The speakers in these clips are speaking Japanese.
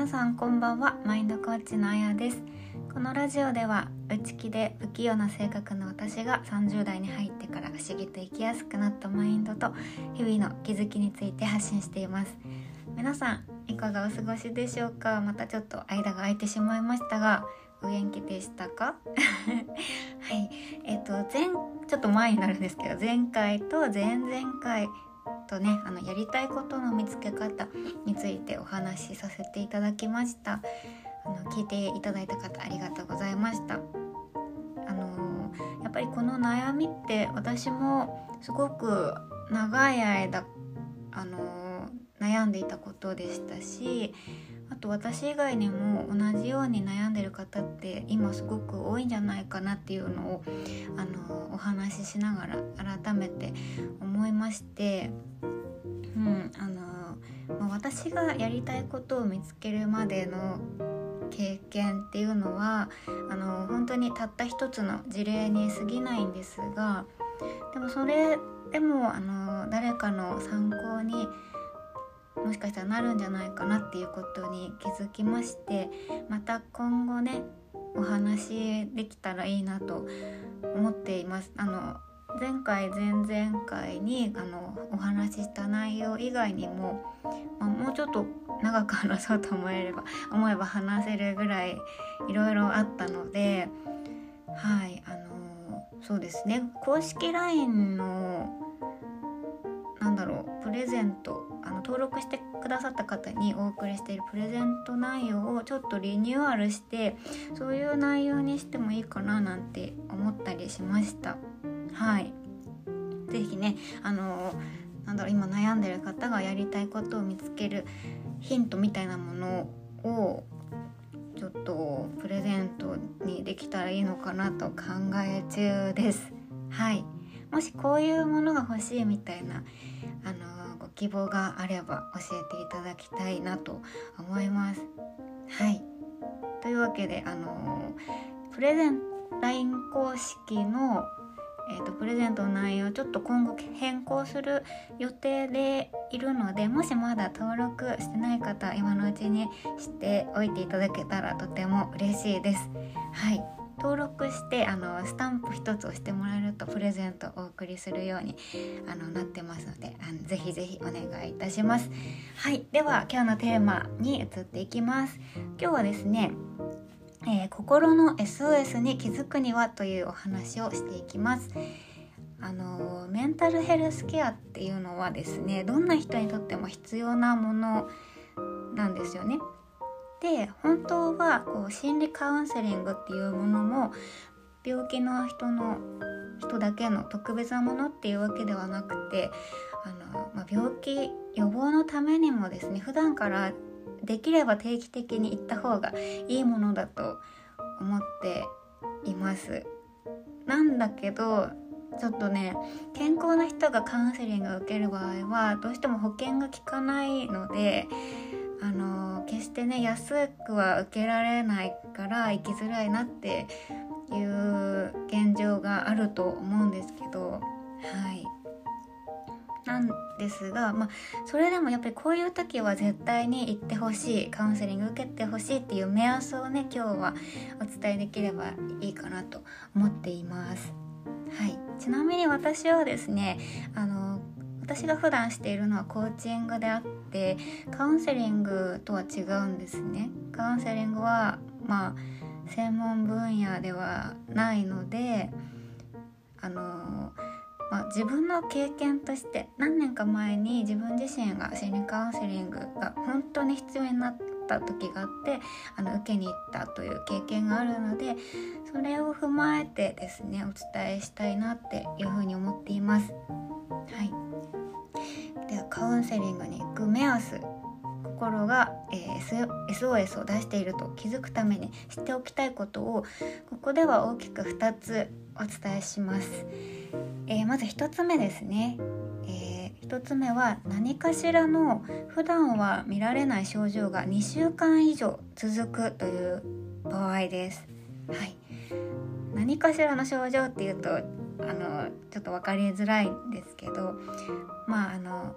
さんこんばんは。マインドコーチのあやです。このラジオでは内気で不器用な性格の私が30代に入ってから不思議と生きやすくなったマインドと日々の気づきについて発信しています。皆さんいかがお過ごしでしょうか。またちょっと間が空いてしまいましたがお元気でしたかはい、ちょっと前になるんですけど、前回と前々回とね、やりたいことの見つけ方についてお話しさせていただきました。聞いていただいた方ありがとうございました。やっぱりこの悩みって私もすごく長い間悩んでいたことでしたし、あと私以外にも同じように悩んでる方って今すごく多いんじゃないかなっていうのをお話ししながら改めて思いまして、私がやりたいことを見つけるまでの経験っていうのは本当にたった一つの事例に過ぎないんですが、でもそれでも誰かの参考にもしかしたらなるんじゃないかなっていうことに気づきまして、また今後ねお話できたらいいなと思っています。前回前々回にお話しした内容以外にも、もうちょっと長く話そうと思えば話せるぐらいいろいろあったので、はいそうですね、公式 LINE のプレゼント登録してくださった方にお送りしているプレゼント内容をちょっとリニューアルしてそういう内容にしてもいいかななんて思ったりしました。はい、ぜひね今悩んでる方がやりたいことを見つけるヒントみたいなものをちょっとプレゼントにできたらいいのかなと考え中です。はい、もしこういうものが欲しいみたいなご希望があれば教えていただきたいなと思います。はい、というわけでプレゼン LINE 公式のプレゼントの内容をちょっと今後変更する予定でいるので、もしまだ登録してない方今のうちにしておいていただけたらとても嬉しいです。はい、登録してスタンプ一つ押してもらえるとプレゼントをお送りするようになってますのでぜひぜひお願いいたします。はい、では今日のテーマに移っていきます。今日はですね、心の SOS に気づくにはというお話をしていきます。メンタルヘルスケアっていうのはですね、どんな人にとっても必要なものなんですよね。で、本当は心理カウンセリングっていうものも病気の人だけの特別なものっていうわけではなくて病気予防のためにもですね、普段からできれば定期的に行った方がいいものだと思っています。なんだけどちょっとね、健康な人がカウンセリングを受ける場合はどうしても保険が効かないので決してね安くは受けられないから行きづらいなっていう現状があると思うんですけど、はいなんですが、それでもやっぱりこういう時は絶対に行ってほしい、カウンセリング受けてほしいっていう目安をね今日はお伝えできればいいかなと思っています。はい、ちなみに私はですね私が普段しているのはコーチングであってカウンセリングとは違うんですね。カウンセリングは専門分野ではないので自分の経験として何年か前に自分自身が心理カウンセリングが本当に必要になった時があって受けに行ったという経験があるので、それを踏まえてですねお伝えしたいなっていうふうに思っています。はい、ではカウンセリングに行く目安、心が、SOS を出していると気づくために知っておきたいことをここでは大きく2つお伝えします。まず1つ目ですね。1つ目は何かしらの普段は見られない症状が2週間以上続くという場合です。はい、何かしらの症状っていうとちょっと分かりづらいんですけど、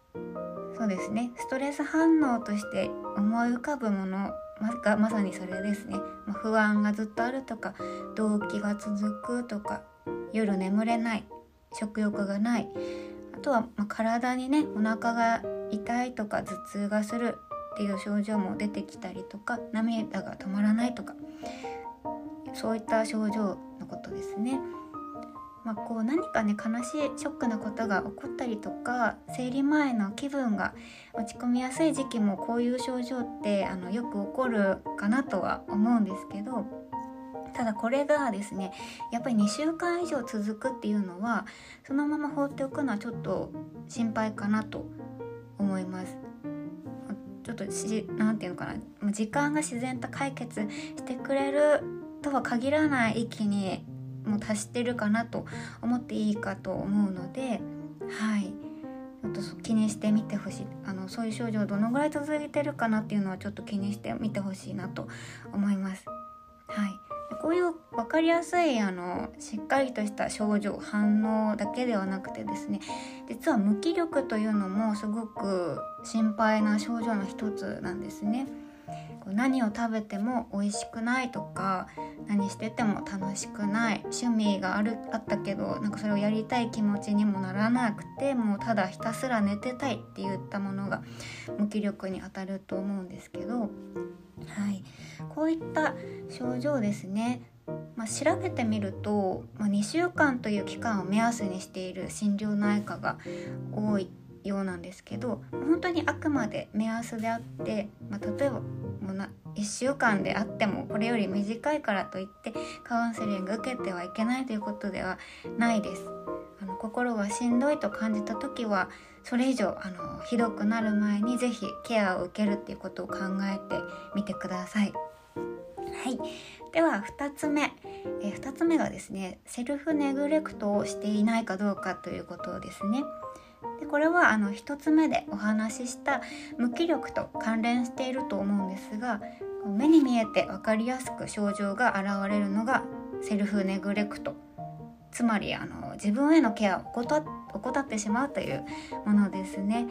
そうですね、ストレス反応として思い浮かぶものがまさにそれですね。不安がずっとあるとか、動悸が続くとか、夜眠れない、食欲がない、あとは体にね、お腹が痛いとか頭痛がするっていう症状も出てきたりとか、涙が止まらないとか、そういった症状のことですね。こう何かね、悲しいショックなことが起こったりとか、生理前の気分が落ち込みやすい時期もこういう症状ってよく起こるかなとは思うんですけど、ただこれがですね、やっぱり2週間以上続くっていうのは、そのまま放っておくのはちょっと心配かなと思います。ちょっとなんていうのかな、時間が自然と解決してくれるとは限らない域にもう達してるかなと思っていいかと思うので、ちょっと気にしてみてほしい。そういう症状どのぐらい続いてるかなっていうのはちょっと気にしてみてほしいなと思います。こういう分かりやすいしっかりとした症状、反応だけではなくてですね、実は無気力というのもすごく心配な症状の一つなんですね。何を食べても美味しくないとか、何してても楽しくない、趣味があったけどそれをやりたい気持ちにもならなくて、もうただひたすら寝てたいっていったものが無気力にあたると思うんですけど、こういった症状ですね、調べてみると、2週間という期間を目安にしている心療内科が多いようなんですけど、本当にあくまで目安であって、例えば1週間であってもこれより短いからといってカウンセリング受けてはいけないということではないです。心がしんどいと感じた時は、それ以上ひどくなる前にぜひケアを受けるっていうことを考えてみてください。では2つ目がですね、セルフネグレクトをしていないかどうかということですね。でこれは1つ目でお話しした無気力と関連していると思うんですが、目に見えて分かりやすく症状が現れるのがセルフネグレクト、つまり自分へのケアを怠ってしまうというものですね。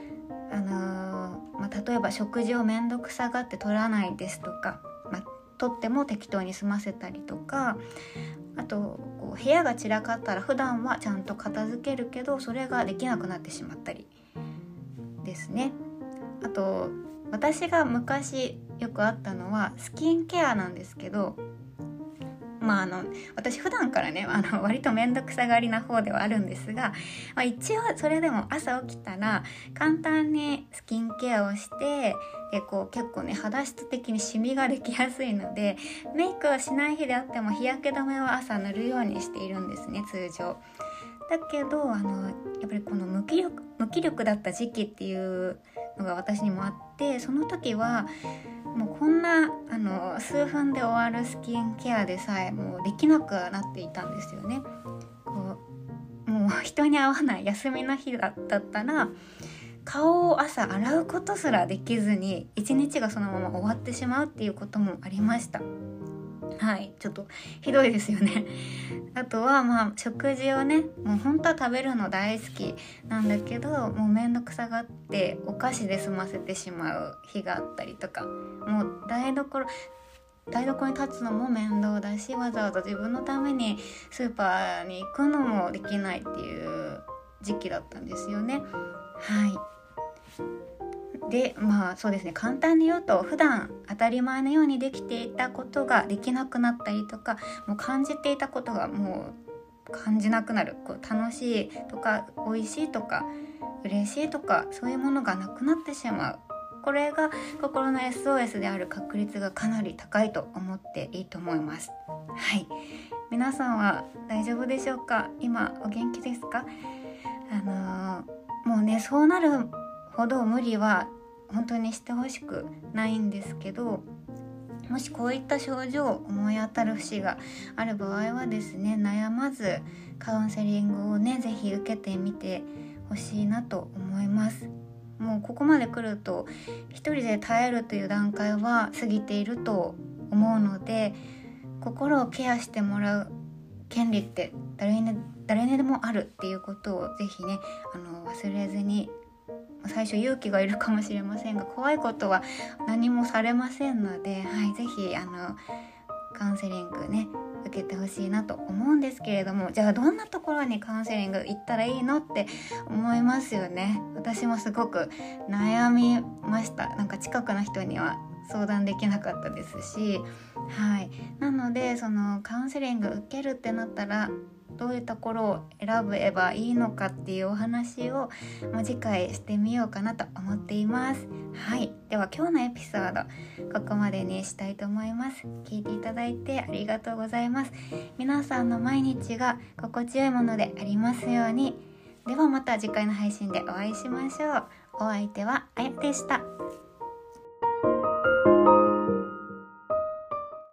例えば食事をめんどくさがって取らないですとか、取っても適当に済ませたりとか、あと部屋が散らかったら普段はちゃんと片付けるけどそれができなくなってしまったりですね。あと私が昔よくあったのはスキンケアなんですけど、私普段からね割とめんどくさがりな方ではあるんですが、一応それでも朝起きたら簡単にスキンケアをして結構ね肌質的にシミができやすいので、メイクをしない日であっても日焼け止めは朝塗るようにしているんですね、通常。だけどやっぱりこの無気力だった時期っていうのが私にもあって、その時はもうこんな数分で終わるスキンケアでさえもうできなくなっていたんですよね。もう人に会わない休みの日だったら顔を朝洗うことすらできずに一日がそのまま終わってしまうっていうこともありました。ちょっとひどいですよね。あとは食事をね、もう本当は食べるの大好きなんだけど、もうめんどくさがってお菓子で済ませてしまう日があったりとか、もう台所に立つのも面倒だし、わざわざ自分のためにスーパーに行くのもできないっていう時期だったんですよね。でそうですね、簡単に言うと普段当たり前のようにできていたことができなくなったりとか、もう感じていたことがもう感じなくなる、楽しいとか美味しいとか嬉しいとか、そういうものがなくなってしまう。これが心の SOS である確率がかなり高いと思っていいと思います。皆さんは大丈夫でしょうか？今お元気ですか？もうね、そうなるほど無理は本当にしてほしくないんですけど、もしこういった症状を思い当たる節がある場合はですね、悩まずカウンセリングをねぜひ受けてみてほしいなと思います。もうここまで来ると一人で耐えるという段階は過ぎていると思うので、心をケアしてもらう権利って誰にでもあるっていうことをぜひね忘れずに最初勇気がいるかもしれませんが、怖いことは何もされませんので、はい、ぜひカウンセリングね受けてほしいなと思うんですけれども、じゃあどんなところにカウンセリング行ったらいいのって思いますよね。私もすごく悩みました。なんか近くの人には相談できなかったですし、はい、なのでそのカウンセリング受けるってなったらどういうところを選べばいいのかっていうお話を次回してみようかなと思っています。はい、では今日のエピソードここまでにしたいと思います。聞いていただいてありがとうございます。皆さんの毎日が心地よいものでありますように。ではまた次回の配信でお会いしましょう。お相手はあやでした。